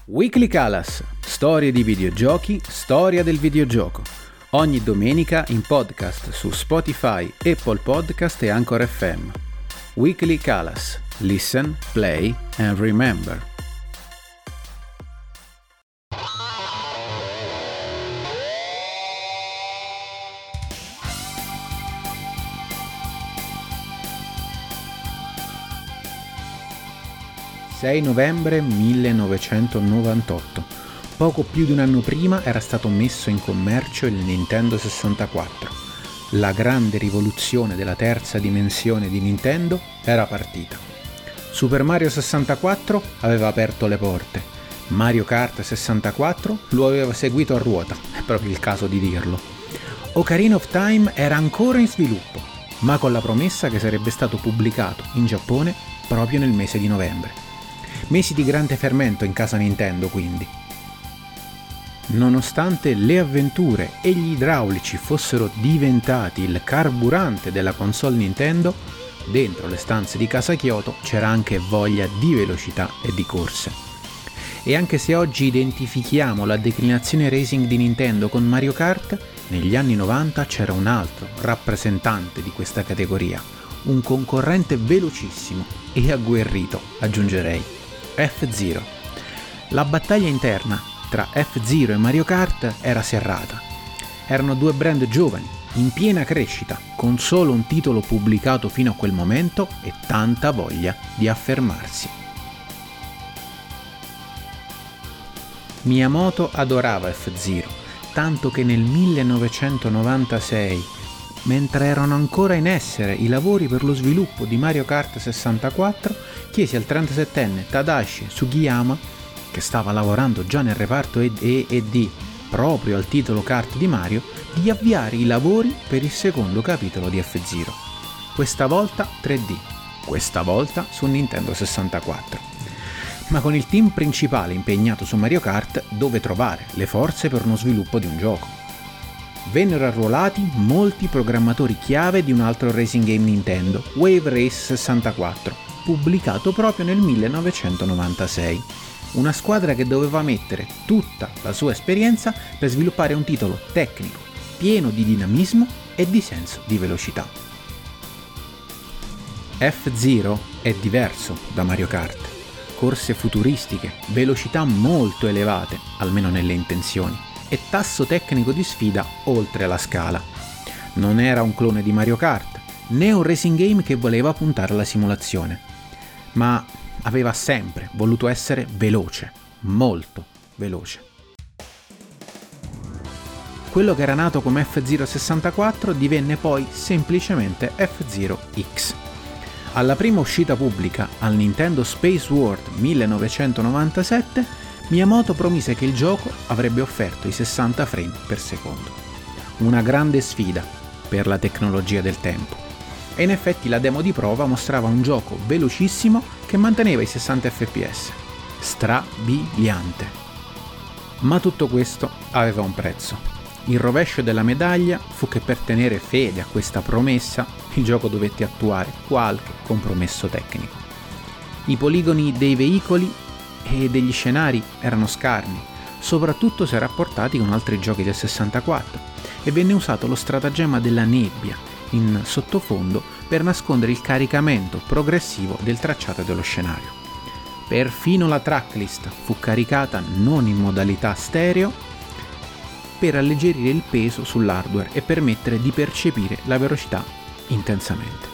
Weekly Kalas, storie di videogiochi, storia del videogioco. Ogni domenica in podcast su Spotify, Apple Podcast e Anchor FM. Weekly Kalas. Listen, play and remember. «6 novembre 1998. Poco più di un anno prima era stato messo in commercio il Nintendo 64. La grande rivoluzione della terza dimensione di Nintendo era partita. Super Mario 64 aveva aperto le porte. Mario Kart 64 lo aveva seguito a ruota, è proprio il caso di dirlo. Ocarina of Time era ancora in sviluppo, ma con la promessa che sarebbe stato pubblicato in Giappone proprio nel mese di novembre. Mesi di grande fermento in casa Nintendo, quindi. Nonostante le avventure e gli idraulici fossero diventati il carburante della console Nintendo, dentro le stanze di casa Kyoto c'era anche voglia di velocità e di corse. E anche se oggi identifichiamo la declinazione racing di Nintendo con Mario Kart, negli anni 90 c'era un altro rappresentante di questa categoria, un concorrente velocissimo e agguerrito, aggiungerei. F-Zero. La battaglia interna tra F-Zero e Mario Kart era serrata. Erano due brand giovani, in piena crescita, con solo un titolo pubblicato fino a quel momento e tanta voglia di affermarsi. Miyamoto adorava F-Zero, tanto che nel 1996, mentre erano ancora in essere i lavori per lo sviluppo di Mario Kart 64, chiese al 37enne Tadashi Sugiyama, che stava lavorando già nel reparto E&D proprio al titolo kart di Mario, di avviare i lavori per il secondo capitolo di F-Zero. Questa volta 3D, questa volta su Nintendo 64. Ma con il team principale impegnato su Mario Kart, dove trovare le forze per uno sviluppo di un gioco. Vennero arruolati molti programmatori chiave di un altro racing game Nintendo, Wave Race 64, pubblicato proprio nel 1996. Una squadra che doveva mettere tutta la sua esperienza per sviluppare un titolo tecnico, pieno di dinamismo e di senso di velocità. F-Zero è diverso da Mario Kart. Corse futuristiche, velocità molto elevate, almeno nelle intenzioni, e tasso tecnico di sfida oltre la scala. Non era un clone di Mario Kart, né un racing game che voleva puntare alla simulazione, ma aveva sempre voluto essere veloce, molto veloce. Quello che era nato come F-Zero 64 divenne poi semplicemente F-Zero X. Alla prima uscita pubblica al Nintendo Space World 1997, Miyamoto promise che il gioco avrebbe offerto i 60 frame per secondo. Una grande sfida per la tecnologia del tempo. E in effetti la demo di prova mostrava un gioco velocissimo che manteneva i 60 fps. Strabiliante. Ma tutto questo aveva un prezzo. Il rovescio della medaglia fu che per tenere fede a questa promessa il gioco dovette attuare qualche compromesso tecnico. I poligoni dei veicoli e degli scenari erano scarni, soprattutto se rapportati con altri giochi del 64, e venne usato lo stratagemma della nebbia in sottofondo per nascondere il caricamento progressivo del tracciato dello scenario. Perfino la tracklist fu caricata non in modalità stereo per alleggerire il peso sull'hardware e permettere di percepire la velocità intensamente.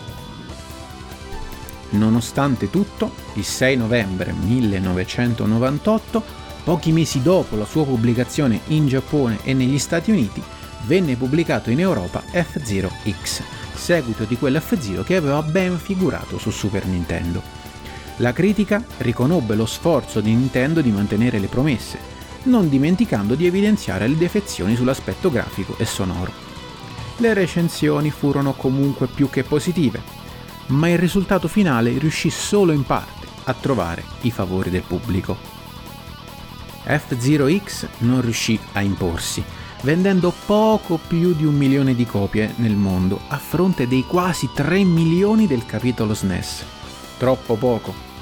Nonostante tutto, il 6 novembre 1998, pochi mesi dopo la sua pubblicazione in Giappone e negli Stati Uniti, venne pubblicato in Europa F-Zero X, seguito di quell'F-Zero che aveva ben figurato su Super Nintendo. La critica riconobbe lo sforzo di Nintendo di mantenere le promesse, non dimenticando di evidenziare le defezioni sull'aspetto grafico e sonoro. Le recensioni furono comunque più che positive, ma il risultato finale riuscì solo in parte a trovare i favori del pubblico. F-Zero X non riuscì a imporsi, vendendo poco più di 1 milione di copie nel mondo a fronte dei quasi 3 milioni del capitolo SNES. Troppo poco.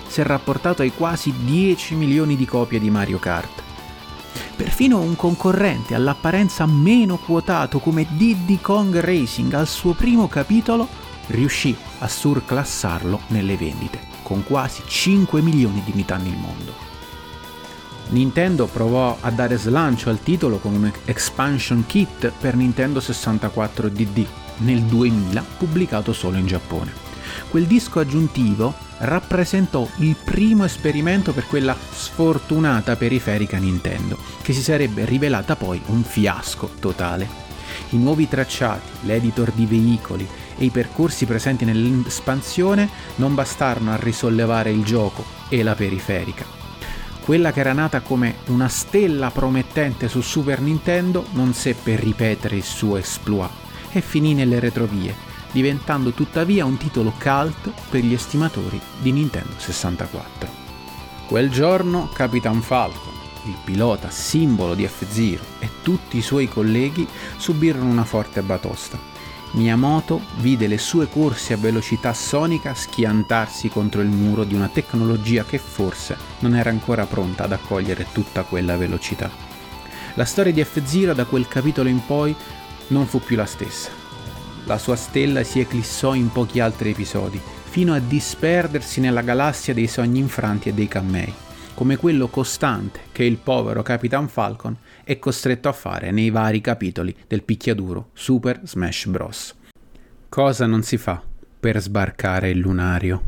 si è rapportato ai quasi 10 milioni di copie di Mario Kart. Perfino un concorrente all'apparenza meno quotato come Diddy Kong Racing al suo primo capitolo riuscì a surclassarlo nelle vendite, con quasi 5 milioni di unità nel mondo. Nintendo provò a dare slancio al titolo con un expansion kit per Nintendo 64 DD nel 2000, pubblicato solo in Giappone. Quel disco aggiuntivo rappresentò il primo esperimento per quella sfortunata periferica Nintendo, che si sarebbe rivelata poi un fiasco totale. I nuovi tracciati, l'editor di veicoli e i percorsi presenti nell'espansione non bastarono a risollevare il gioco e la periferica. Quella che era nata come una stella promettente su Super Nintendo non seppe ripetere il suo exploit e finì nelle retrovie, diventando tuttavia un titolo cult per gli estimatori di Nintendo 64. Quel giorno Capitan Falcon, il pilota simbolo di F-Zero, e tutti i suoi colleghi subirono una forte batosta. Miyamoto vide le sue corse a velocità sonica schiantarsi contro il muro di una tecnologia che forse non era ancora pronta ad accogliere tutta quella velocità. La storia di F-Zero da quel capitolo in poi non fu più la stessa. La sua stella si eclissò in pochi altri episodi, fino a disperdersi nella galassia dei sogni infranti e dei cammei, come quello costante che il povero Capitan Falcon è costretto a fare nei vari capitoli del picchiaduro Super Smash Bros. Cosa non si fa per sbarcare il lunario?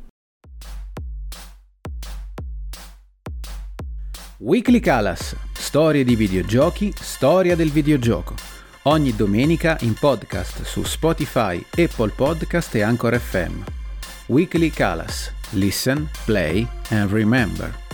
Weekly Kalas, storie di videogiochi, storia del videogioco. Ogni domenica in podcast su Spotify, Apple Podcast e Anchor FM. Weekly Kalas. Listen, play and remember.